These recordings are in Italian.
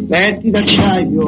letti d'acciaio.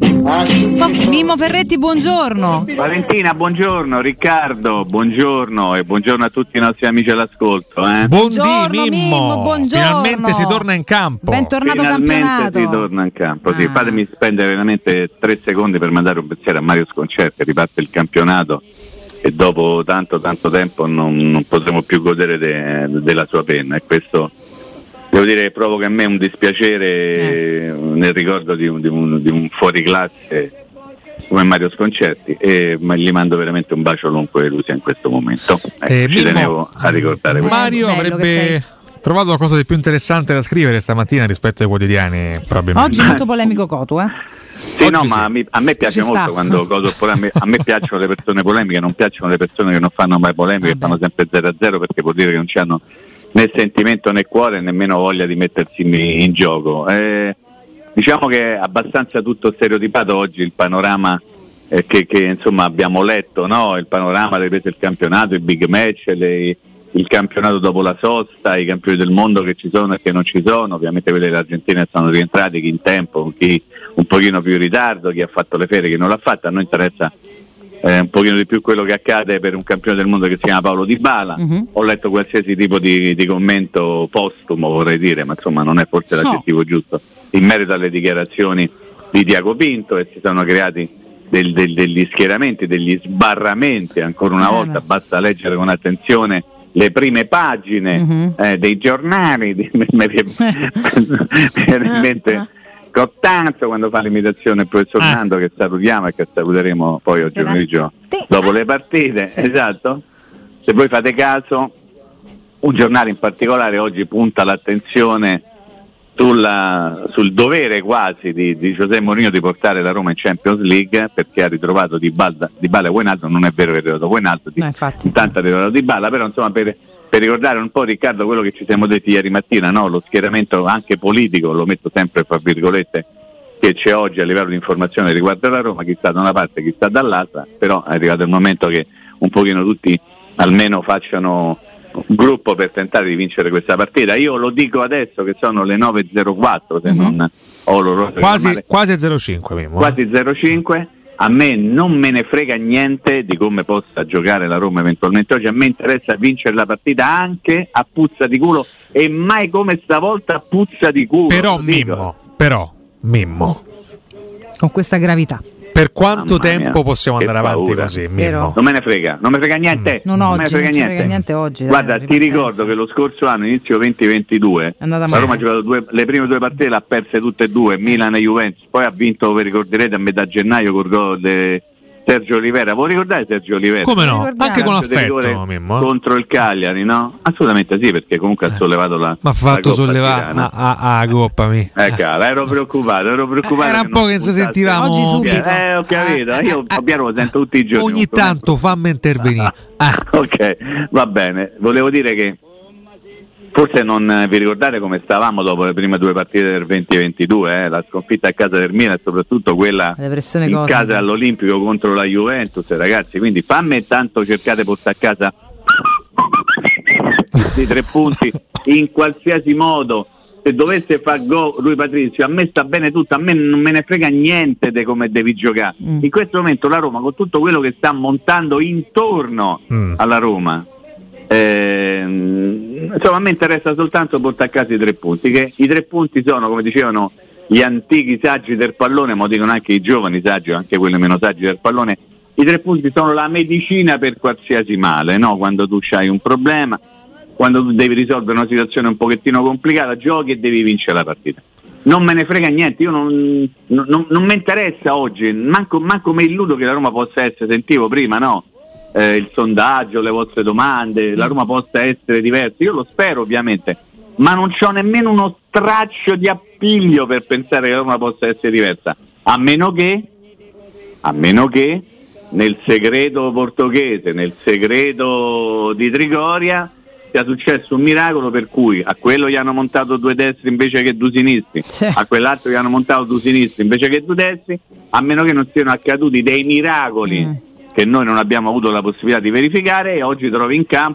Mimmo Ferretti, buongiorno. Valentina, buongiorno. Riccardo, buongiorno e buongiorno a tutti i nostri amici all'ascolto. Buongiorno Mimmo, buongiorno. Finalmente si torna in campo. Bentornato campionato. Si torna in campo. Sì, fatemi spendere veramente 3 secondi per mandare un pensiero a Mario Sconcerti. Riparte il campionato e dopo tanto tempo non potremo più godere della sua penna, e questo devo dire che provoca a me un dispiacere nel ricordo di un fuoriclasse come Mario Sconcerti, e gli mando veramente un bacio lungo e delusione in questo momento. Ci tenevo a ricordare questo. Mario avrebbe trovato qualcosa di più interessante da scrivere stamattina rispetto ai quotidiani, probabilmente. Oggi è molto polemico Cotu, Sì, no, ma a me piace molto quando a me piacciono le persone polemiche, non piacciono le persone che non fanno mai polemiche, che fanno sempre 0-0, perché vuol dire che non hanno né sentimento né cuore, nemmeno voglia di mettersi in gioco. Diciamo che è abbastanza tutto stereotipato oggi il panorama che insomma abbiamo letto, no? Il panorama, le prese del campionato, i big match, il campionato dopo la sosta, i campioni del mondo che ci sono e che non ci sono. Ovviamente quelli dell'Argentina sono rientrati, chi in tempo, chi un pochino più in ritardo, chi ha fatto le ferie, chi non l'ha fatta. A noi interessa un pochino di più quello che accade per un campione del mondo che si chiama Paolo Dybala. Ho letto qualsiasi tipo di commento postumo, vorrei dire, ma insomma non è forse l'aggettivo giusto, in merito alle dichiarazioni di Tiago Pinto, e si sono creati degli schieramenti, degli sbarramenti. Ancora una volta basta leggere con attenzione le prime pagine dei giornali. Mi viene in mente Cottanzo quando fa l'imitazione del professor Nando, che salutiamo e che saluteremo poi oggi pomeriggio dopo le partite. Esatto. Se voi fate caso, un giornale in particolare oggi punta l'attenzione sul dovere quasi di José Mourinho di portare la Roma in Champions League, perché ha ritrovato Dybala e Wijnaldum. Non è vero che ha ritrovato Wijnaldum, intanto ha ritrovato Dybala, però insomma per ricordare un po', Riccardo, quello che ci siamo detti ieri mattina, no? Lo schieramento anche politico, lo metto sempre fra virgolette, che c'è oggi a livello di informazione riguardo alla Roma, chi sta da una parte, chi sta dall'altra, però è arrivato il momento che un pochino tutti almeno facciano un gruppo per tentare di vincere questa partita. Io lo dico adesso che sono le 9.04, se non ho l'orologio quasi 0,5 Mimmo. Quasi 0,5. A me non me ne frega niente di come possa giocare la Roma eventualmente oggi, a me interessa vincere la partita anche a puzza di culo, e mai come stavolta a puzza di culo. Però Mimmo, con questa gravità, per quanto tempo possiamo andare avanti così, Mimmo? Non me ne frega niente. Non me ne frega niente oggi. Guarda, ti ricordo che lo scorso anno, inizio 2022, la Roma ha giocato le prime 2 partite, l'ha perse tutte e 2, Milan e Juventus, poi ha vinto, vi ricorderete, a metà gennaio col gol di Sergio Olivera. Vuoi ricordare Sergio Olivera? Come no? Anche con affetto, Mimmo. Contro il Cagliari, no? Assolutamente sì, perché comunque ha sollevato la ma ha fatto sollevare a Coppa mi. Cara, ero preoccupato. Era un po' che ci sentivamo oggi subito. Ho capito, io Piero lo sento tutti i giorni. Ogni tanto fammi intervenire. Ok, va bene. Volevo dire che forse non vi ricordate come stavamo dopo le prime 2 partite del 2022, la sconfitta a casa del Milan e soprattutto quella in casa all'Olimpico contro la Juventus, ragazzi. Quindi fammi tanto cercate di portare a casa i 3 punti in qualsiasi modo. Se dovesse far gol Rui Patrizio, a me sta bene tutto, a me non me ne frega niente di come devi giocare. In questo momento la Roma, con tutto quello che sta montando intorno alla Roma, insomma a me interessa soltanto portare a casa i 3 punti, che i 3 punti sono, come dicevano gli antichi saggi del pallone, ma dicono anche i giovani saggi, anche quelli meno saggi del pallone, i 3 punti sono la medicina per qualsiasi male, no? Quando tu hai un problema, quando tu devi risolvere una situazione un pochettino complicata, giochi e devi vincere la partita. Non me ne frega niente, io non mi interessa oggi, manco mi illudo che la Roma possa essere, sentivo prima, no? Il sondaggio, le vostre domande, la Roma possa essere diversa, io lo spero ovviamente, ma non c'ho nemmeno uno straccio di appiglio per pensare che la Roma possa essere diversa, a meno che nel segreto portoghese, nel segreto di Trigoria sia successo un miracolo per cui a quello gli hanno montato 2 destri invece che 2 sinistri, a quell'altro gli hanno montato 2 sinistri invece che 2 destri, a meno che non siano accaduti dei miracoli che noi non abbiamo avuto la possibilità di verificare, e oggi trovi in campo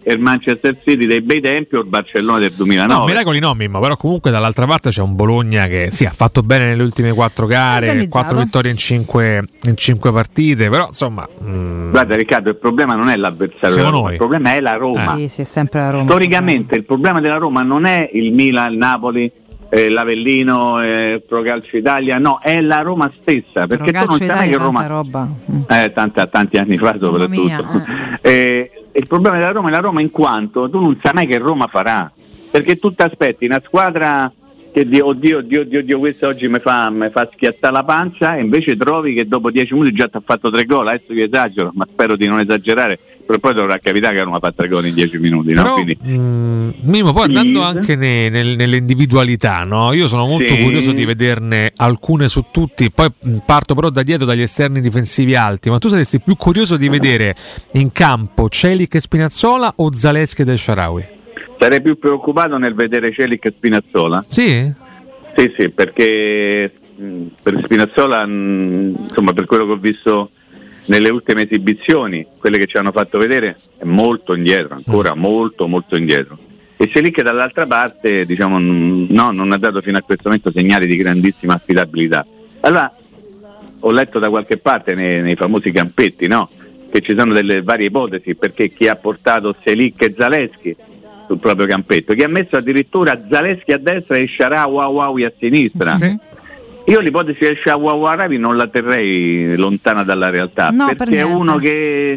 il Manchester City dei bei tempi o il Barcellona del 2009. No, miracoli no, Mimmo, però comunque dall'altra parte c'è un Bologna che sì, ha fatto bene nelle ultime 4 gare, 4 vittorie in 5 partite, però insomma... Guarda Riccardo, il problema non è l'avversario, il problema è la Roma. Sì, è sempre la Roma. Storicamente il problema della Roma non è il Milan, il Napoli, l'Avellino, Pro Calcio Italia, no, è la Roma stessa, perché tu non sai che Roma roba. Tanti anni fa soprattutto. Il problema della Roma è la Roma in quanto tu non sai mai che Roma farà, perché tu ti aspetti una squadra che oddio questo oggi mi fa schiattare la pancia, e invece trovi che dopo 10 minuti già ti ha fatto 3 gol. Adesso io esagero, ma spero di non esagerare, però poi dovrà capitare che Roma fa 3 gol in 10 minuti, no? Però, quindi Mimmo, poi andando anche nelle individualità, no? Io sono molto curioso di vederne alcune su tutti, poi parto però da dietro, dagli esterni difensivi alti, ma tu saresti più curioso di vedere in campo Celik e Spinazzola o Zalewski e El Shaarawy? Sarei più preoccupato nel vedere Celik e Spinazzola. Sì? Sì, perché per Spinazzola, insomma, per quello che ho visto nelle ultime esibizioni, quelle che ci hanno fatto vedere, è molto indietro, ancora molto indietro. E Celik dall'altra parte, diciamo, non ha dato fino a questo momento segnali di grandissima affidabilità. Allora, ho letto da qualche parte nei famosi campetti, no? Che ci sono delle varie ipotesi, perché chi ha portato Celik e Zalewski sul proprio campetto, che ha messo addirittura Zalewski a destra e Shaarawy a sinistra. Sì. Io l'ipotesi del Shaarawy non la terrei lontana dalla realtà, no, perché è uno che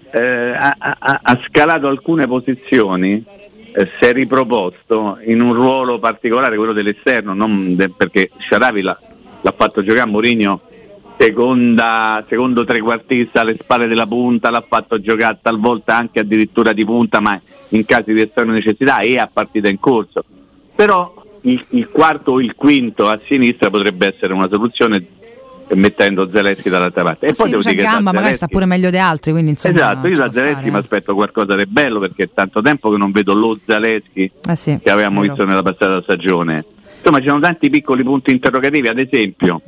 ha scalato alcune posizioni, si è riproposto in un ruolo particolare, quello dell'esterno, perché Shaarawy l'ha fatto giocare a Mourinho secondo trequartista alle spalle della punta, l'ha fatto giocare talvolta anche addirittura di punta, ma in casi di estrema necessità e a partita in corso. Però il quarto o il quinto a sinistra potrebbe essere una soluzione, mettendo Zalewski dall'altra parte. E poi devo dire che gamba magari sta pure meglio di altri, quindi insomma. Esatto, io da Zalewski mi aspetto qualcosa di bello, perché è tanto tempo che non vedo lo Zalewski che avevamo visto nella passata stagione. Insomma, ci sono tanti piccoli punti interrogativi, ad esempio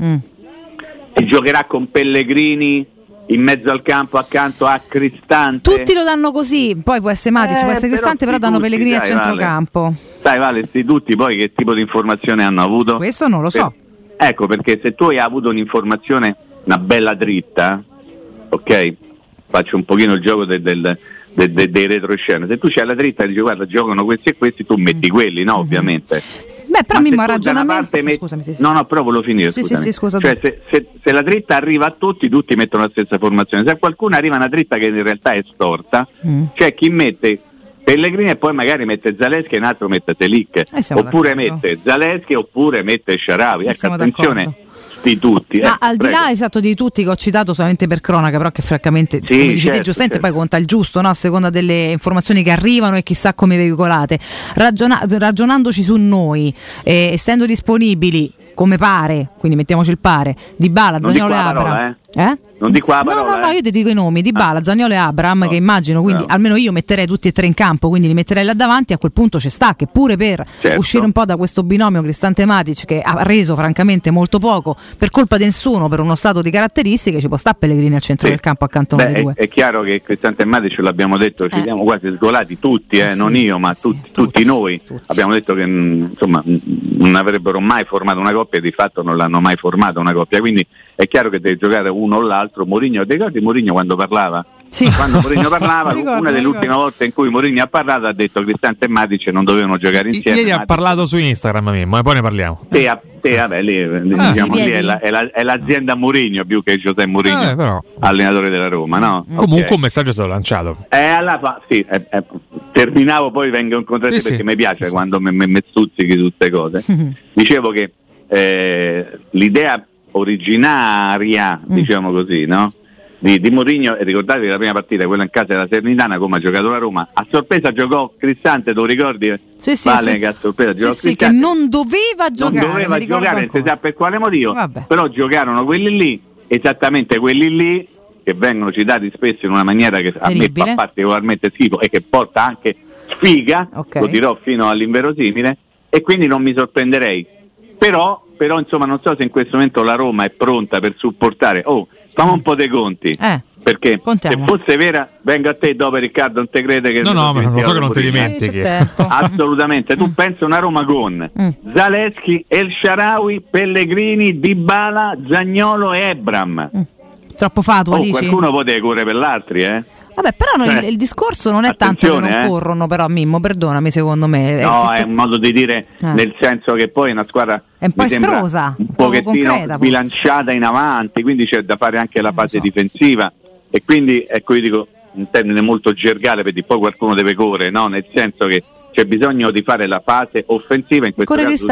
si giocherà con Pellegrini in mezzo al campo accanto a Cristante. Tutti lo danno così, poi può essere Matic, può essere Cristante, però danno Pellegrini a centrocampo. Vale, sti tutti poi che tipo di informazione hanno avuto? Questo non lo so. Ecco, perché se tu hai avuto un'informazione, una bella dritta, ok? Faccio un pochino il gioco dei retroscena. Se tu c'hai la dritta e dici guarda giocano questi e questi, tu metti quelli, no? Ovviamente. Beh, però Mimmo ha ragionamento. Scusami, sì. No, però volevo finire. Sì, scusa. Cioè, se la dritta arriva a tutti mettono la stessa formazione. Se a qualcuno arriva una dritta che in realtà è storta, c'è chi mette Pellegrini e poi magari mette Zalewski e un altro mette Celik, oppure mette Zalewski oppure mette Shaarawy. Ecco, attenzione. Di tutti. Ma al di là di tutti che ho citato solamente per cronaca, però che francamente come dici te giustamente poi conta il giusto, no? A seconda delle informazioni che arrivano e chissà come veicolate, ragionandoci su noi, essendo disponibili come pare, quindi mettiamoci il pare, Dybala, Zaniolo e Abraham. Non dico la parola. No, io ti dico i nomi, Dybala, Zaniolo e Abraham, che immagino, quindi almeno io metterei tutti e tre in campo, quindi li metterei là davanti. A quel punto ci sta che pure per uscire un po' da questo binomio Cristante-Matic, che ha reso francamente molto poco per colpa di nessuno, per uno stato di caratteristiche, ci può sta Pellegrini al centro del campo accanto a uno dei due. È chiaro che Cristante-Matic, l'abbiamo detto, ci siamo quasi sgolati tutti, non io, ma tutti noi. Abbiamo detto che insomma non avrebbero mai formato una coppia, di fatto non l'hanno mai formata una coppia, quindi è chiaro che deve giocare uno o l'altro. Mourinho, ti ricordi Mourinho quando parlava? Quando Mourinho parlava, una delle ultime volte in cui Mourinho ha parlato, ha detto che Cristante e Matic non dovevano giocare insieme. Ieri ha parlato su Instagram Mimmo, e poi ne parliamo. Vabbè, lì diciamo lì è l'azienda Mourinho più che José Mourinho, allenatore della Roma, no? Comunque un messaggio è stato lanciato. Terminavo, poi vengo in contatto perché mi piace quando mi stuzzichi su queste cose. Dicevo che l'idea originaria, diciamo così, no? Di Mourinho, e ricordate che la prima partita, quella in casa della Salernitana, come ha giocato la Roma, a sorpresa giocò Cristante, tu ricordi? Sì, che a sorpresa giocò Cristante, che non doveva giocare, non si sa per quale motivo. Però giocarono quelli lì, esattamente quelli lì, che vengono citati spesso in una maniera che a me fa particolarmente schifo e che porta anche sfiga, lo dirò fino all'inverosimile, e quindi non mi sorprenderei. Però insomma non so se in questo momento la Roma è pronta per supportare. Facciamo un po' dei conti. perché se fosse vera, vengo a te dopo Riccardo, non te crede che no, ma lo so che non ti dimentichi. Assolutamente. Tu pensi una Roma con Zalewski, El Shaarawy, Pellegrini, Dybala, Zaniolo e Ebram. Troppo fatua, dici? Qualcuno poteva correre per l'altri, Vabbè, però il discorso non è tanto che non corrono, però Mimmo, perdonami, secondo me. No, è un modo di dire, nel senso che poi è una squadra è un po' estrosa, un pochettino concreta, bilanciata in avanti, quindi c'è da fare anche la fase difensiva e quindi ecco io dico un termine molto gergale perché poi qualcuno deve correre, no? Nel senso che c'è bisogno di fare la fase offensiva, in questo caso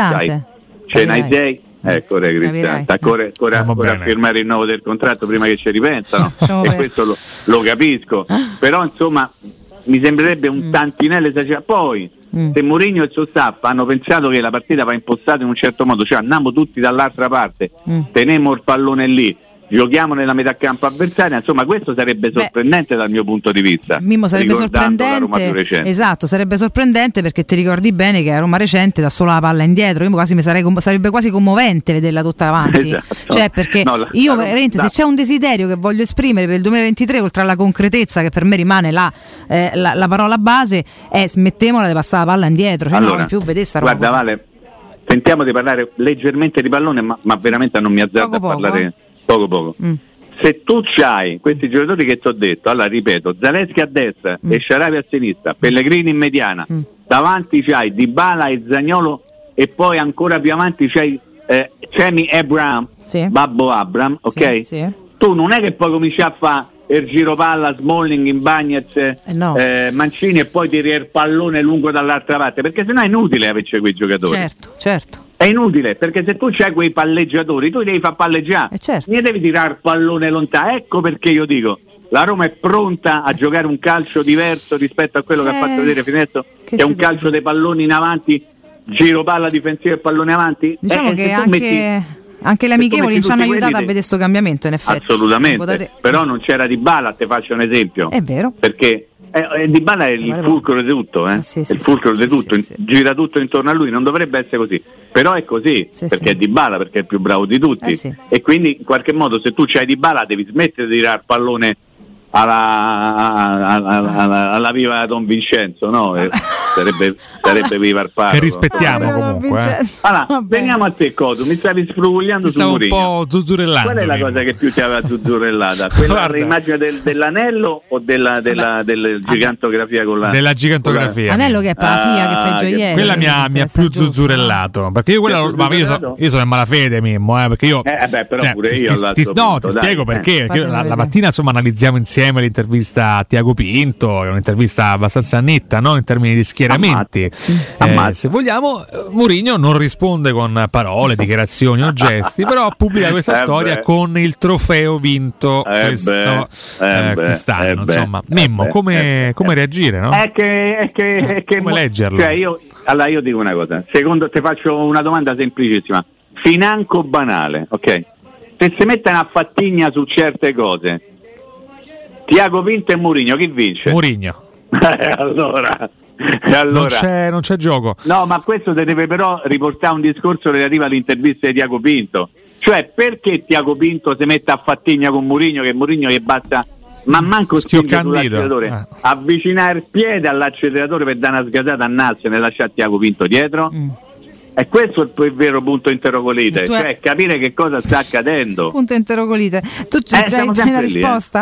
c'è Naidei. Corre Cristante, corre a firmare il nuovo del contratto prima che ci ripensano e questo lo capisco, però insomma mi sembrerebbe un tantinello esagerato. Poi se Mourinho e il suo staff hanno pensato che la partita va impostata in un certo modo, cioè andiamo tutti dall'altra parte, teniamo il pallone lì, giochiamo nella metà campo avversaria, insomma questo sarebbe sorprendente dal mio punto di vista. Mimmo, sarebbe sorprendente, esatto, sarebbe sorprendente perché ti ricordi bene che a Roma recente dà solo la palla indietro, io quasi sarebbe quasi commovente vederla tutta avanti, cioè perché io veramente se c'è un desiderio che voglio esprimere per il 2023 oltre alla concretezza che per me rimane la parola base è smettemola di passare la palla indietro, cioè allora, non più vedere sta roba. Guarda Vale, tentiamo di parlare leggermente di pallone ma veramente non mi azzardo a parlare poco. Se tu c'hai questi giocatori che ti ho detto, allora ripeto, Zalewski a destra e Shaarawy a sinistra, Pellegrini in mediana, davanti c'hai Dybala e Zaniolo e poi ancora più avanti c'hai Cemi Abraham, Babbo Abram, ok? Sì. Tu non è che poi cominci a fare il giro palla, Smalling in Bagnez, Mancini e poi tiri il pallone lungo dall'altra parte, perché sennò è inutile averci quei giocatori. Certo. È inutile, perché se tu c'hai quei palleggiatori, tu li devi far palleggiare, ne devi tirare il pallone lontano. Ecco perché io dico, la Roma è pronta a giocare un calcio diverso rispetto a quello che ha fatto vedere Finetto, che è un calcio dei palloni in avanti, giro palla difensiva e pallone avanti. Diciamo che anche le amichevoli ci hanno aiutato a vedere questo cambiamento, in effetti. Assolutamente, però non c'era Dybala, te faccio un esempio. È vero. Perché Dybala è il fulcro di tutto, il fulcro di tutto, gira tutto intorno a lui, non dovrebbe essere così, però è così, perché è Dybala, perché è il più bravo di tutti, e quindi in qualche modo se tu c'hai Dybala devi smettere di tirare il pallone alla viva Don Vincenzo, no? Sarebbe viva il paro. Che rispettiamo comunque. Allora, veniamo a te, Cotu, mi stavi sfrugugliando su Mourinho. Un po' zuzzurellando. Qual è la cosa che più ti aveva zuzzurellata? L'immagine dell'anello o della gigantografia con la... Della gigantografia. Anello che è per la figlia che fai gioielli. Quella mi ha più zuzzurellato, perché io io sono in malafede, Mimmo, perché io... però pure io ti spiego perché la mattina insomma analizziamo insieme l'intervista a Tiago Pinto, è un'intervista abbastanza netta, no? In termini di schieramenti. Se vogliamo, Mourinho non risponde con parole, dichiarazioni o gesti, però pubblica questa storia con il trofeo vinto quest'anno. Insomma, Mimmo, come reagire? No? Come leggerlo? Cioè io dico una cosa, secondo te faccio una domanda semplicissima, financo banale, ok? Se si mettono a fattigna su certe cose, Tiago Pinto e Mourinho, chi vince? Mourinho. Allora non c'è gioco. No, ma questo deve però riportare un discorso relativo all'intervista di Tiago Pinto. Cioè, perché Tiago Pinto si mette a fattigna con Mourinho, che Mourinho gli basta ma manco spinge sull'acceleratore, avvicinare il piede all'acceleratore per dare una sgasata a Nassien e lasciare Tiago Pinto dietro? E questo è il vero punto interrogolite, cioè capire che cosa sta accadendo. Punto interrogolite. Tu c'hai la risposta?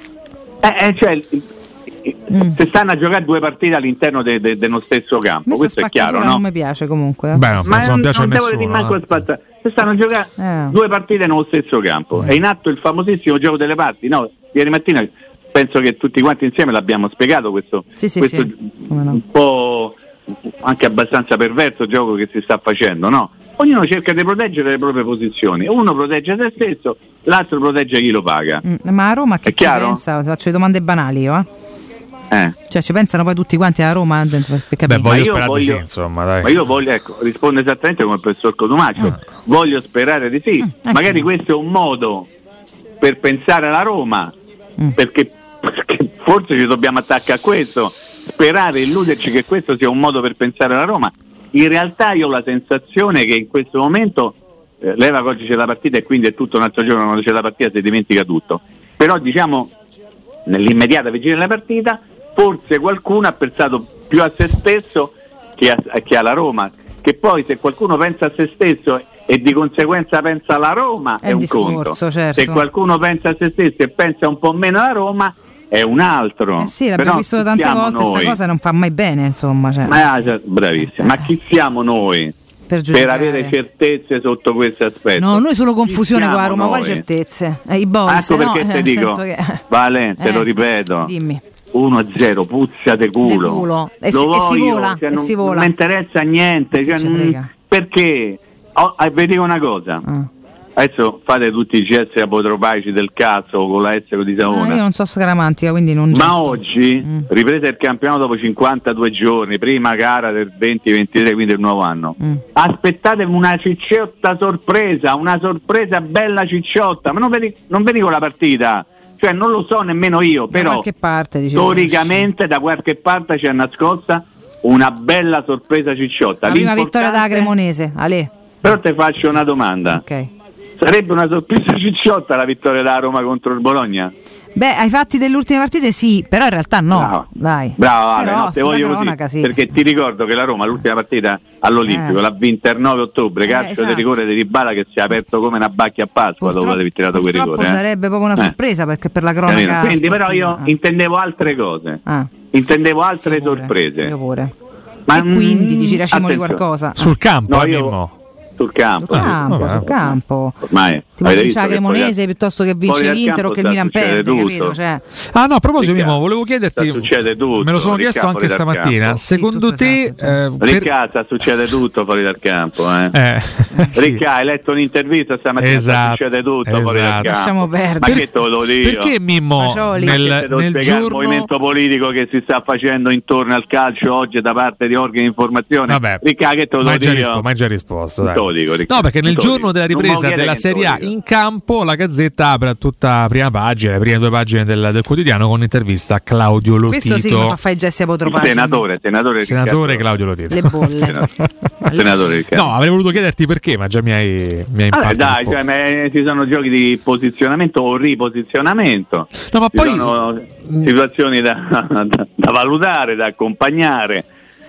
Se stanno a giocare due partite all'interno dello stesso campo, questo è chiaro, no? Non mi piace comunque. Beh, ma non piace a nessuno. Se stanno a giocare due partite nello stesso campo, è in atto il famosissimo gioco delle parti, no? Ieri mattina penso che tutti quanti insieme l'abbiamo spiegato questo un po' anche abbastanza perverso gioco che si sta facendo, no? Ognuno cerca di proteggere le proprie posizioni, uno protegge se stesso, l'altro protegge chi lo paga. Ma a Roma che ci pensa? Faccio le domande banali io, Cioè ci pensano poi tutti quanti a Roma per capire. Voglio sperare di sì, insomma, dai. Ma io voglio, rispondo esattamente come il professor Cotumaccio, voglio sperare di sì. Magari questo è un modo per pensare alla Roma, perché forse ci dobbiamo attaccare a questo, sperare, illuderci che questo sia un modo per pensare alla Roma. In realtà io ho la sensazione che in questo momento leva che oggi c'è la partita e quindi è tutto un altro giorno, quando c'è la partita si dimentica tutto, però diciamo nell'immediata vigilia della partita, forse qualcuno ha pensato più a se stesso che alla Roma, che poi se qualcuno pensa a se stesso e di conseguenza pensa alla Roma è un discorso, conto, certo. Se qualcuno pensa a se stesso e pensa un po' meno alla Roma è un altro. Sì, l'abbiamo visto tante volte, questa cosa non fa mai bene, insomma. Bravissimo, ma chi siamo noi per avere certezze sotto questo aspetto? No, noi solo confusione con la Roma, quali certezze? I boys, ecco perché ti dico, Vale, te lo ripeto. Dimmi. 1-0, puzza de culo. E si vola, cioè, non vola. mi interessa niente, perché vi dico una cosa. Adesso fate tutti i gesti apotropaici del cazzo con la S di Savona. Io non so scaramantica, quindi non gesto. Ma oggi ripresa il campionato dopo 52 giorni, prima gara del 2023, quindi il nuovo anno. Aspettatevi una cicciotta sorpresa, una sorpresa bella cicciotta, ma non vi dico la partita, cioè non lo so nemmeno io, però da qualche parte, storicamente da qualche parte c'è nascosta una bella sorpresa cicciotta. La prima vittoria da Cremonese, Ale. Però ti faccio una domanda. Ok. Sarebbe una sorpresa cicciotta la vittoria da Roma contro il Bologna? Beh, ai fatti delle ultime partite sì, però in realtà no. Bravo. Dai. Bravo, però, no, te voglio cronaca, così, sì. perché ti ricordo che la Roma l'ultima partita all'Olimpico l'ha vinta il 9 ottobre, calcio di rigore di Dybala che si è aperto come una bacchia a Pasqua dopo aver tirato quel rigore. Sarebbe proprio una sorpresa perché per la cronaca. Quindi però io intendevo altre cose. Intendevo altre sorprese. Io pure. Ma e quindi dici Racimoli qualcosa? Sul campo, sul campo. Ormai ti vuoi vincere la Cremonese piuttosto che vince l'Inter o che il Milan perde, capito? Cioè. Ah no, a proposito Mimmo, volevo chiederti, succede tutto, me lo sono chiesto anche stamattina, secondo te Ricca, succede tutto fuori dal campo, Ricca, hai letto un'intervista stamattina, succede tutto fuori dal campo. Lasciamo perdere. Ma che te lo dico? Perché Mimmo nel giorno... il movimento politico che si sta facendo intorno al calcio oggi da parte di organi di informazione? Ricca, che te lo dico? Ma hai già risposto, dai. Dico, no, perché nel giorno della ripresa della Serie A in campo la Gazzetta apre a tutta la prima pagina, le prime 2 pagine del quotidiano con un'intervista a Claudio Lotito. Questo sì che fa i gesti apotropaici. Senatore Claudio Lotito. Le bolle. Senatore Riccardo. No, avrei voluto chiederti perché, ma già mi hai in parte dai, cioè, ci sono giochi di posizionamento o riposizionamento. No, ma poi sono situazioni da valutare, da accompagnare.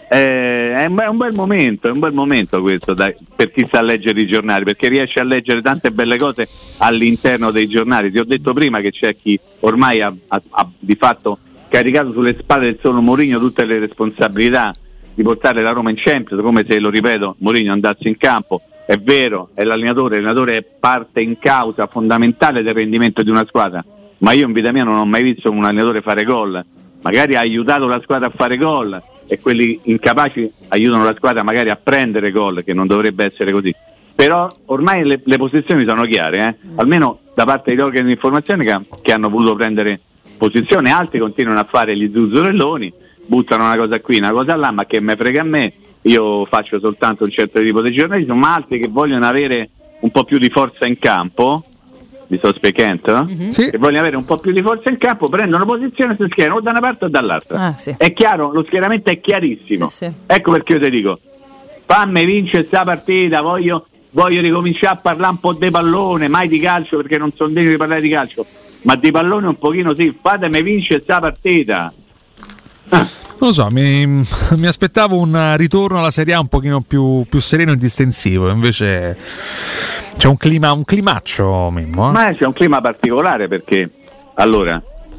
È un bel momento questo per chi sa leggere i giornali, perché riesce a leggere tante belle cose all'interno dei giornali. Ti ho detto prima che c'è chi ormai ha di fatto caricato sulle spalle del solo Mourinho tutte le responsabilità di portare la Roma in Champions, come se, lo ripeto, Mourinho andasse in campo. È vero, è l'allenatore è parte in causa fondamentale del rendimento di una squadra, ma io in vita mia non ho mai visto un allenatore fare gol. Magari ha aiutato la squadra a fare gol e quelli incapaci aiutano la squadra magari a prendere gol, che non dovrebbe essere così. Però ormai le posizioni sono chiare, almeno da parte degli organi di informazione che hanno voluto prendere posizione. Altri continuano a fare gli zuzzurelloni, buttano una cosa qui, una cosa là, ma che me frega a me, io faccio soltanto un certo tipo di giornalismo. Ma altri che vogliono avere un po' più di forza in campo, mi sto spiegando? Sì. Che vogliono avere un po' più di forza in campo, prendono posizione e si schierano o da una parte o dall'altra. Sì. È chiaro, lo schieramento è chiarissimo. Sì. Ecco perché io ti dico, fammi vincere sta partita, voglio ricominciare a parlare un po' di pallone, mai di calcio perché non sono degno di parlare di calcio, ma di pallone un pochino sì, fatemi vincere sta partita. Non lo so, mi aspettavo un ritorno alla Serie A un pochino più sereno e distensivo, invece c'è un climaccio, Mimmo. Ma c'è un clima particolare perché allora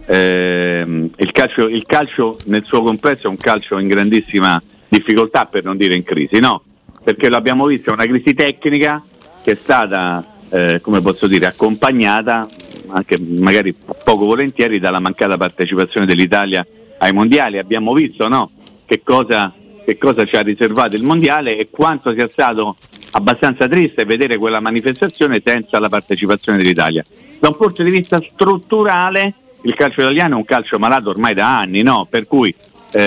il calcio nel suo complesso è un calcio in grandissima difficoltà, per non dire in crisi, no? Perché l'abbiamo visto, è una crisi tecnica che è stata come posso dire, accompagnata anche magari poco volentieri dalla mancata partecipazione dell'Italia ai mondiali. Abbiamo visto, no? Che cosa ci ha riservato il mondiale e quanto sia stato abbastanza triste vedere quella manifestazione senza la partecipazione dell'Italia. Da un punto di vista strutturale il calcio italiano è un calcio malato ormai da anni, no? Per cui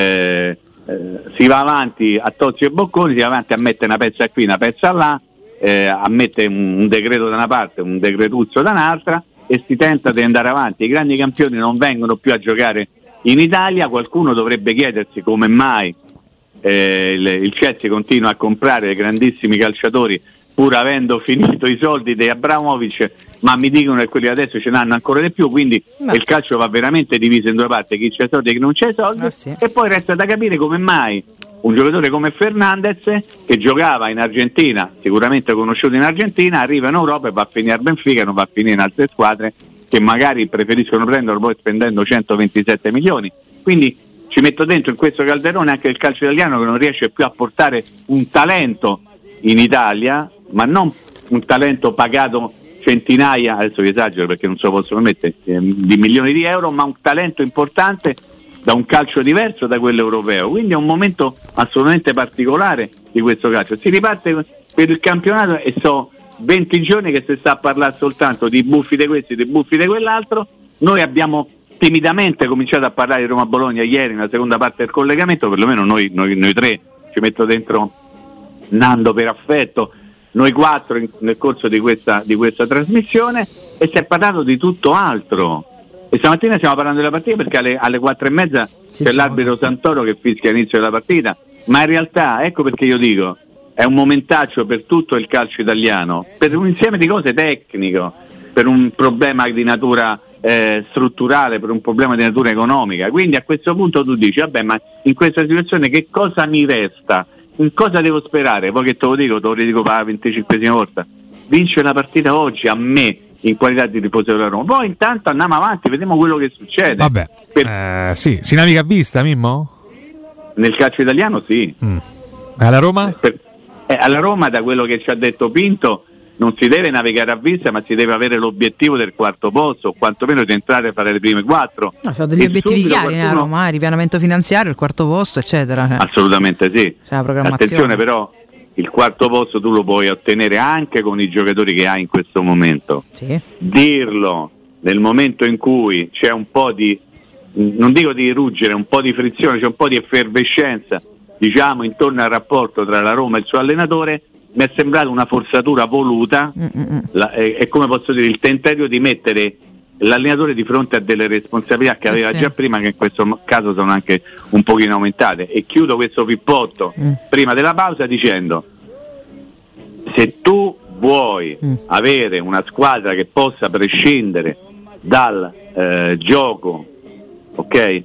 si va avanti a tozzi e bocconi, si va avanti a mettere una pezza qui, una pezza là, a mettere un decreto da una parte, un decretuzzo da un'altra e si tenta di andare avanti. I grandi campioni non vengono più a giocare in Italia. Qualcuno dovrebbe chiedersi come mai il Chelsea continua a comprare grandissimi calciatori pur avendo finito i soldi di Abramovic, ma mi dicono che quelli adesso ce n'hanno ancora di più, quindi il calcio va veramente diviso in due parti, chi c'è soldi e chi non c'è soldi, sì. E poi resta da capire come mai un giocatore come Fernandez, che giocava in Argentina, sicuramente conosciuto in Argentina, arriva in Europa e va a finire al Benfica, non va a finire in altre squadre che magari preferiscono prenderlo poi spendendo 127 milioni. Quindi ci metto dentro in questo calderone anche il calcio italiano, che non riesce più a portare un talento in Italia, ma non un talento pagato centinaia, adesso vi esagero perché non se lo posso permettere, di milioni di euro, ma un talento importante da un calcio diverso da quello europeo. Quindi è un momento assolutamente particolare di questo calcio. Si riparte per il campionato e so 20 giorni che si sta a parlare soltanto di buffi di questo, di buffi di quell'altro. Noi abbiamo timidamente cominciato a parlare di Roma-Bologna ieri nella seconda parte del collegamento, perlomeno noi tre, ci metto dentro Nando per affetto, noi quattro nel corso di questa trasmissione, e si è parlato di tutto altro. E stamattina stiamo parlando della partita perché alle 4:30 c'è l'arbitro Santoro che fischia l'inizio della partita, ma in realtà ecco perché io dico è un momentaccio per tutto il calcio italiano, per un insieme di cose tecnico, per un problema di natura strutturale, per un problema di natura economica. Quindi a questo punto tu dici vabbè, ma in questa situazione che cosa mi resta? In cosa devo sperare? Poi che te lo ridico per la 25esima volta, vince la partita oggi a me in qualità di tifoso della Roma, poi intanto andiamo avanti, vediamo quello che succede. Vabbè, sì, si naviga a vista, Mimmo? Nel calcio italiano sì. Alla Roma? Alla Roma, da quello che ci ha detto Pinto, non si deve navigare a vista, ma si deve avere l'obiettivo del quarto posto, o quantomeno di entrare a fare le prime 4. No, sono degli obiettivi chiari nella Roma, ripianamento finanziario, il quarto posto, eccetera. Assolutamente sì. La programmazione. Attenzione però, il quarto posto tu lo puoi ottenere anche con i giocatori che hai in questo momento. Sì. Dirlo nel momento in cui c'è un po' di, non dico di ruggine, un po' di frizione, c'è un po' di effervescenza, diciamo, intorno al rapporto tra la Roma e il suo allenatore, mi è sembrata una forzatura voluta, e come posso dire, il tentativo di mettere l'allenatore di fronte a delle responsabilità che aveva già prima, che in questo caso sono anche un pochino aumentate. E chiudo questo pippotto prima della pausa dicendo: se tu vuoi avere una squadra che possa prescindere dal gioco, ok,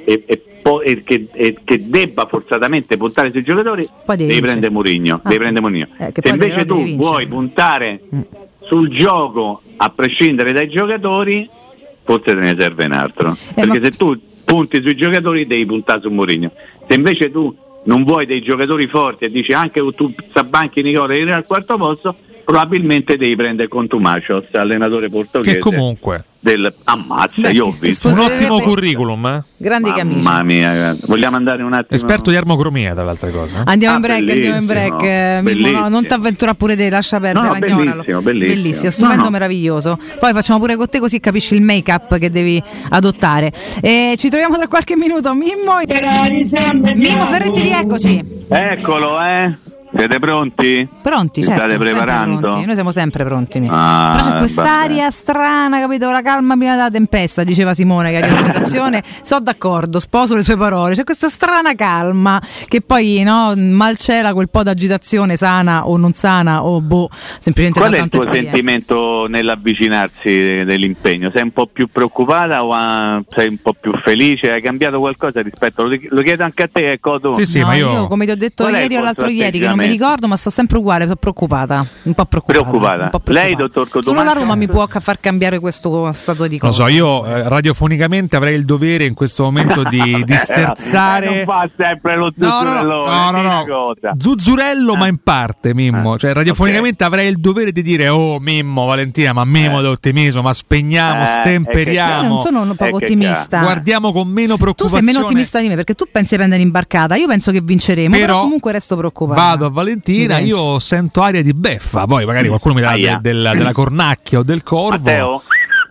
e che debba forzatamente puntare sui giocatori, devi prendere Mourinho. Se invece tu vuoi puntare sul gioco a prescindere dai giocatori, forse te ne serve un altro, perché se tu punti sui giocatori devi puntare su Mourinho. Se invece tu non vuoi dei giocatori forti e dici anche tu Sabbanchi Nicola di al quarto posto, probabilmente devi prendere Contumacios, allenatore portoghese, che comunque io ho visto un ottimo curriculum, grandi camicie. Mamma mia, vogliamo andare un attimo, esperto di armocromia tra le altre cose. Andiamo in break. Mimmo, non ti avventura pure te, lascia perdere. Bellissimo, stupendo, meraviglioso. Poi facciamo pure con te, così capisci il make up che devi adottare. Ci troviamo tra qualche minuto. Mimmo Ferretti, rieccoci. Eccolo, siete pronti? Pronti, certo. State preparando? Pronti. Noi siamo sempre pronti. Però c'è quest'aria strana, capito? La calma prima della tempesta, diceva Simone, che arriva in redazione. Sono d'accordo, sposo le sue parole. C'è questa strana calma che poi malcela quel po' d'agitazione sana o non sana o semplicemente Qual da è il tuo sentimento nell'avvicinarsi dell'impegno? Sei un po' più preoccupata o sei un po' più felice? Hai cambiato qualcosa rispetto? Lo chiedo anche a te, ecco. Sì, ma io come ti ho detto ieri o l'altro ieri, che non mi ricordo, ma sto sempre uguale, sono preoccupata. Un po' preoccupata. Lei, dottor Cotumaccio? Solo la Roma mi può far cambiare questo stato di cose. Lo so, io radiofonicamente avrei il dovere in questo momento di sterzare. Non fa sempre lo zuzzurello. No. Zuzzurello, ma in parte, Mimmo. Cioè, radiofonicamente avrei il dovere di dire: oh, Mimmo, Valentina, ma Mimmo d'ottimismo, ma spegniamo, stemperiamo. Io non sono un po' ottimista. Guardiamo con meno preoccupazione. Tu sei meno ottimista di me, perché tu pensi di prendere imbarcata. Io penso che vinceremo, però comunque resto preoccupata. Vado a Valentina, io sento aria di beffa, poi magari qualcuno mi dà della cornacchia o del corvo. Matteo?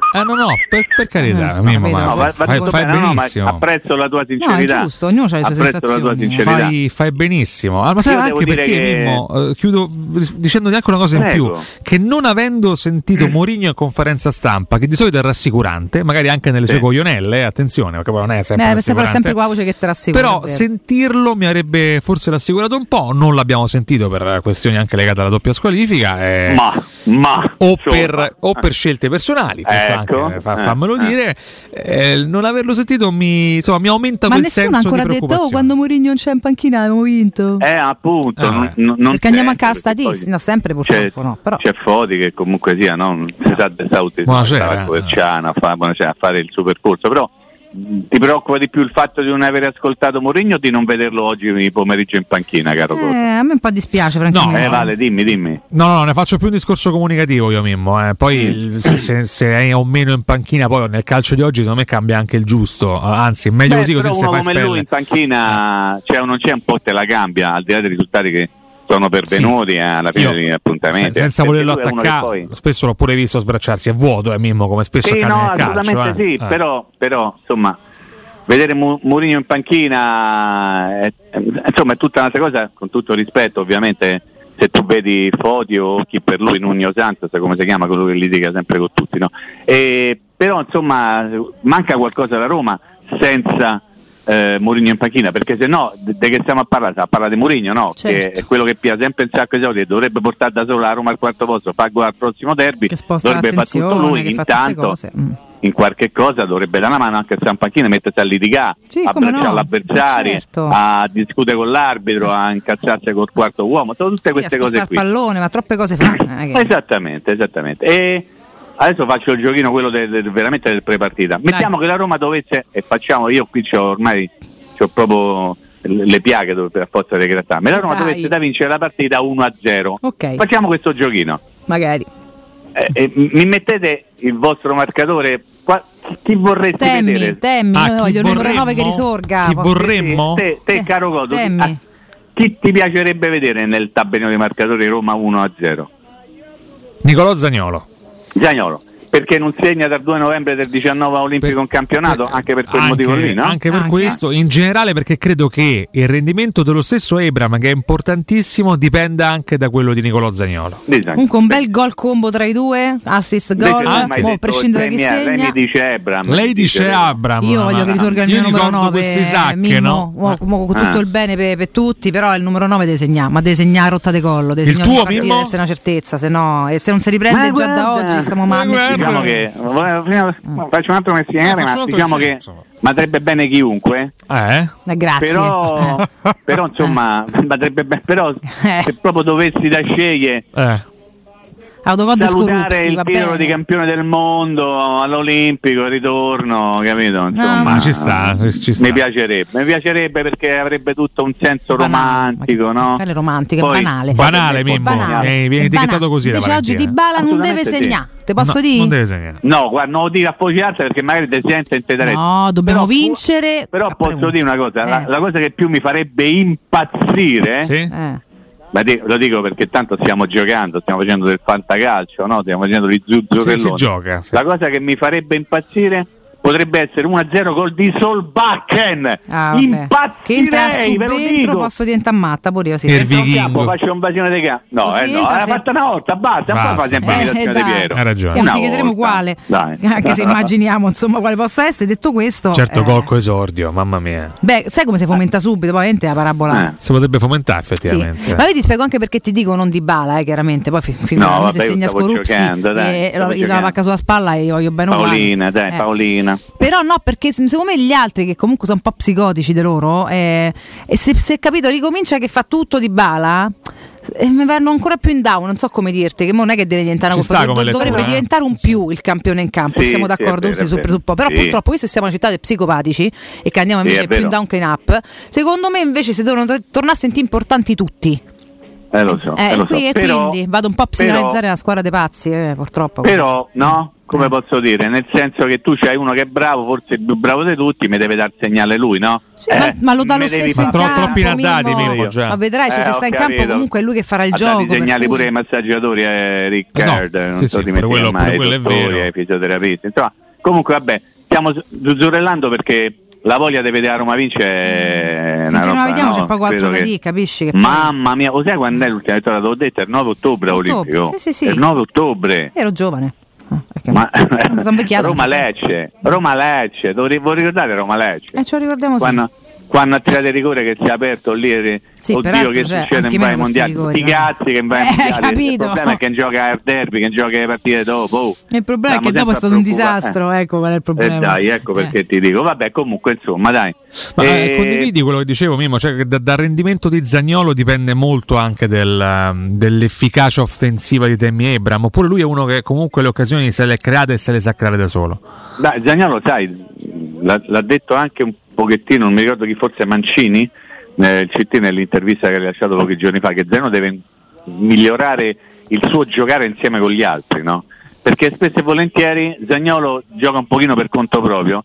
No, per carità, fai benissimo. Ma apprezzo la tua sincerità. No, è giusto, ognuno ha le sue sensazioni. Fai benissimo. Ma sai anche perché Mimmo, chiudo dicendoti anche una cosa in più, che non avendo sentito Mourinho in conferenza stampa, che di solito è rassicurante, magari anche nelle sue coglionelle, attenzione, perché poi non è sempre rassicurante. Sempre qua voce che te rassicura. Però sentirlo mi avrebbe forse rassicurato un po', non l'abbiamo sentito per questioni anche legate alla doppia squalifica. O per scelte personali, anche, fammelo dire, non averlo sentito mi aumenta quel senso di preoccupazione. Ma nessuno ha ancora detto quando Mourinho non c'è in panchina abbiamo vinto. Appunto, non perché andiamo anche alla statistica, sempre purtroppo no. Però. C'è Foti che comunque sia, non si sa del Sauti a fare il super corso, però ti preoccupa di più il fatto di non aver ascoltato Mourinho o di non vederlo oggi pomeriggio in panchina, caro Coto? A me un po' dispiace, francamente. No, Vale, dimmi. No, ne faccio più un discorso comunicativo io, Mimmo. Poi se è o meno in panchina, poi nel calcio di oggi secondo me cambia anche il giusto. Anzi, meglio così, così se fai spelle. Lui in panchina c'è o non c'è, un po' te la cambia, al di là dei risultati che sono pervenuti alla fine degli appuntamenti. Senza volerlo attaccare, spesso l'ho pure visto sbracciarsi a vuoto, Mimmo, come spesso accade nel calcio. Assolutamente sì, però insomma, vedere Mourinho in panchina insomma è tutta un'altra cosa, con tutto il rispetto ovviamente. Se tu vedi Foti o chi per lui, Nuno Santos, come si chiama, quello che litiga sempre con tutti, no? Però insomma manca qualcosa alla Roma senza Mourinho in panchina, perché se no di che stiamo a parlare di Mourinho, no? Certo. Che è quello che pia sempre un sacco di soldi, dovrebbe portare da solo la Roma al quarto posto, fa gol al prossimo derby, dovrebbe fare tutto lui, intanto in qualche cosa dovrebbe dare una mano anche a stare in panchina, mettersi a litigare, a abbracciare l'avversario, certo, a discutere con l'arbitro, a incazzarsi col quarto uomo, tutte queste cose qui. Il pallone, ma troppe cose fa. Esattamente. E adesso faccio il giochino, quello veramente del prepartita. Mettiamo che la Roma dovesse, e facciamo, io qui c'ho proprio le piaghe a forza di grattarmi. La Roma dovesse da vincere la partita 1-0. Okay. Facciamo questo giochino. Magari. Mi mettete il vostro marcatore? Chi vorresti vedere? Io voglio il numero 9 che risorga. Chi vorremmo? Te caro Coto, chi ti piacerebbe vedere nel tabellino dei marcatori Roma 1-0? Nicolò Zaniolo, perché non segna dal 2 novembre del 19 olimpico in campionato, anche per quel motivo lì, no? Anche per questo, in generale, perché credo che il rendimento dello stesso Ebram, che è importantissimo, dipenda anche da quello di Nicolò Zaniolo. Comunque un bel gol combo tra i due, assist gol, a prescindere da chi segna. Lei mi dice Ebram. Lei dice Abram. Io voglio che risorga il mio numero 9, sacche, no? Con tutto il bene per tutti, però il numero 9 deve segnare, ma deve segnare rotta di collo, deve segnare ogni partita, deve essere una certezza, se no, e se non si riprende già da oggi stiamo male. Diciamo che faccio un altro mestiere, ma diciamo che andrebbe bene chiunque. Grazie. Però insomma andrebbe bene, però se proprio dovessi da scegliere salutare il titolo di campione del mondo all'Olimpico, il ritorno, capito? Insomma, ma ci sta. Mi piacerebbe perché avrebbe tutto un senso romantico, no? Romantico, poi, banale, Mimmo. Viene etichettato così. Invece oggi Dybala non deve segnare. Te posso dire? Non deve segnare. No, guarda, non lo dico a voce alta perché magari ti sente in te. No, dobbiamo vincere. Però posso dire una cosa, la cosa che più mi farebbe impazzire, lo dico perché tanto stiamo giocando, stiamo facendo del fantacalcio, no? Stiamo facendo di zuzzurelloni. Si gioca. La cosa che mi farebbe impazzire potrebbe essere 1-0 gol di Solbakken. Che entra subentro, posso diventare matta pure io. Faccio un basione di campo. No, l'ha fatta una volta, basta. Poi fa sempre l'imitazione di Piero. Hai ragione. Non ti chiederemo quale, anche se immaginiamo insomma quale possa essere. Detto questo, certo, Colco esordio, mamma mia. Sai come si fomenta subito? Poi la parabola si potrebbe fomentare effettivamente. Sì. Ma io ti spiego anche perché ti dico non Dybala, chiaramente. Poi figurati se segna Skorupski e gli dà la pacca sulla spalla e io voglio bene uguale. Paolina. Però no, perché secondo me gli altri che comunque sono un po' psicotici di loro e se capito ricomincia che fa tutto Dybala mi vanno ancora più in down, non so come dirti, che non è che deve diventare una cosa, dovrebbe diventare un più il campione in campo, siamo d'accordo tutti sul presupposto, però purtroppo questo siamo una città di psicopatici e che andiamo invece più in down che in up. Secondo me invece si devono tornare a sentire importanti tutti. Lo so. E quindi vado un po' a psicanalizzare la squadra dei pazzi, purtroppo. Però, no? Come posso dire? Nel senso che tu c'hai uno che è bravo, forse il più bravo di tutti, mi deve dar segnale lui, no? Sì, ma lo dà lo stesso in campo. Troppi nadati, ma vedrai, se sta in campo comunque è lui che farà il gioco. I segnali pure ai massaggiatori, Riccardo, non so di mettere mai, i dottori, ai fisioterapisti. Insomma, comunque vabbè, stiamo zuzzurellando perché la voglia di vedere a Roma vincere è una roba, vediamo, c'è poco altro da dire, capisci? Che mamma mia, lo sai quando è l'ultima vittoria? L'ho detto, il 9 ottobre Olimpico. Sì. Il 9 ottobre. Ero giovane. Ma sono Roma-Lecce, voi ricordate Roma-Lecce? Ce lo ricordiamo quando ha tirato il rigore che si è aperto lì, oddio che succede in vari mondiali, tutti i cazzi che in vari mondiali. Il problema è che gioca al derby, che gioca le partite dopo. Il problema è che dopo è stato un disastro, ecco qual è il problema. Dai, ecco perché ti dico, vabbè, comunque insomma, dai. Ma condividi quello che dicevo Mimmo, cioè che dal rendimento di Zaniolo dipende molto anche dell'efficacia offensiva di Tammy Abraham, oppure lui è uno che comunque le occasioni se le create e se le sa creare da solo? Beh, Zaniolo, sai, l'ha detto anche un pochettino, non mi ricordo chi, forse Mancini, il CT nell'intervista che ha rilasciato pochi giorni fa, che Zaniolo deve migliorare il suo giocare insieme con gli altri, no? Perché spesso e volentieri Zaniolo gioca un pochino per conto proprio,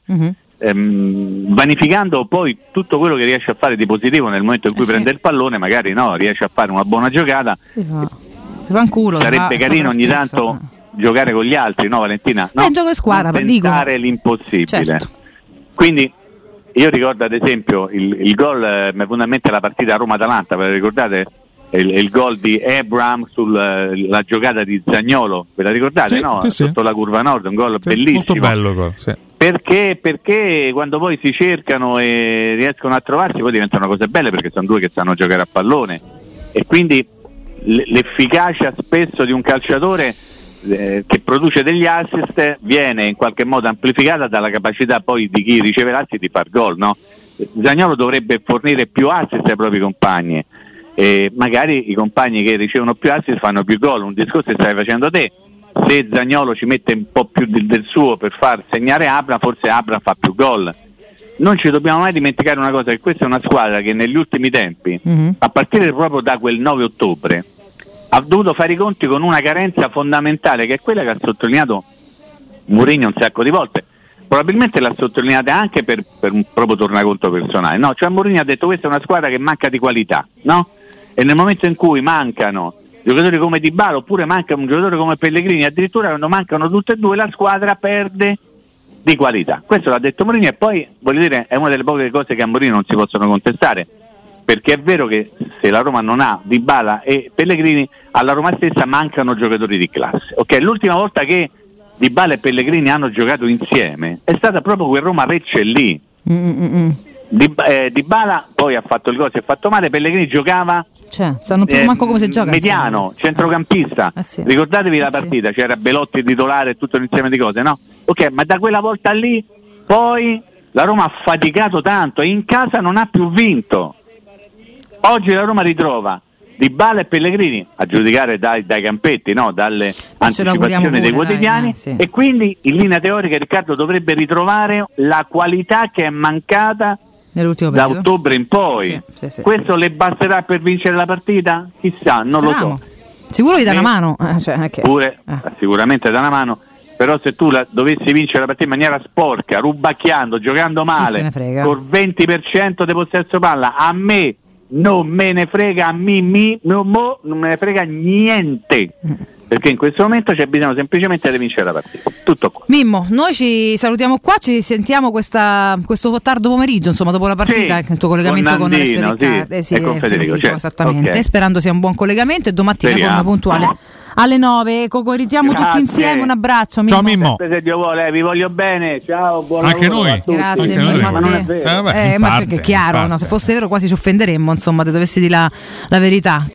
vanificando poi tutto quello che riesce a fare di positivo nel momento in cui prende il pallone, magari riesce a fare una buona giocata. Si fa un culo, sarebbe carino ogni tanto giocare con gli altri, no Valentina? No, è un gioco di squadra, per pensare l'impossibile. Certo. Quindi io ricordo ad esempio il gol, mi è venuta in mente la partita Roma-Atalanta, ve la ricordate? Il gol di Abraham sulla giocata di Zaniolo, ve la ricordate? Sotto la curva nord, un gol bellissimo. Molto bello gol, sì. Perché quando poi si cercano e riescono a trovarsi poi diventano cose belle, perché sono due che sanno giocare a pallone, e quindi l'efficacia spesso di un calciatore che produce degli assist viene in qualche modo amplificata dalla capacità poi di chi riceve l'assist di far gol, no? Zaniolo dovrebbe fornire più assist ai propri compagni, e magari i compagni che ricevono più assist fanno più gol. Un discorso che stai facendo te: se Zaniolo ci mette un po' più del suo per far segnare Abraham, forse Abraham fa più gol. Non ci dobbiamo mai dimenticare una cosa, che questa è una squadra che negli ultimi tempi, a partire proprio da quel 9 ottobre, ha dovuto fare i conti con una carenza fondamentale, che è quella che ha sottolineato Mourinho un sacco di volte. Probabilmente l'ha sottolineata anche per un proprio tornaconto personale, no? Cioè Mourinho ha detto: questa è una squadra che manca di qualità, no? E nel momento in cui mancano giocatori come Dybala oppure manca un giocatore come Pellegrini, addirittura quando mancano tutte e due, la squadra perde di qualità. Questo l'ha detto Mourinho, e poi voglio dire, è una delle poche cose che a Mourinho non si possono contestare, perché è vero che se la Roma non ha Dybala e Pellegrini, alla Roma stessa mancano giocatori di classe. Ok, l'ultima volta che Dybala e Pellegrini hanno giocato insieme è stata proprio quel Roma-Lecce lì. Dybala poi ha fatto il gol, si è fatto male, Pellegrini giocava, sanno più manco come si gioca, mediano, centrocampista. Ricordatevi la partita, c'era Belotti titolare e tutto un insieme di cose, no? Ok, ma da quella volta lì poi la Roma ha faticato tanto e in casa non ha più vinto. Oggi la Roma ritrova Dybala e Pellegrini, a giudicare dai campetti, no? Dalle anticipazioni dei quotidiani, e quindi in linea teorica Riccardo dovrebbe ritrovare la qualità che è mancata da ottobre in poi. Sì. Questo le basterà per vincere la partita? Chissà, non lo so. Sicuro gli dà una mano, sicuramente dà una mano, però se tu dovessi vincere la partita in maniera sporca, rubacchiando, giocando male, col 20% di possesso palla, a me non me ne frega, non me ne frega niente, perché in questo momento c'è bisogno semplicemente di vincere la partita. Tutto qua. Mimmo, noi ci salutiamo qua, ci sentiamo questo tardo pomeriggio, insomma, dopo la partita, il tuo collegamento con Alessio Riccardi e con Federico, esattamente. Okay. Sperando sia un buon collegamento, e domattina con puntuale alle 9. Cocoritiamo tutti insieme, un abbraccio, Mimmo. Ciao Mimmo. Se Dio vuole, vi voglio bene, ciao, buon anche lavoro noi. a tutti. Grazie Mimmo. Mimmo. Ma non è vero. Ma è chiaro, no? Se fosse vero quasi ci offenderemmo, insomma, te dovessi dire la verità.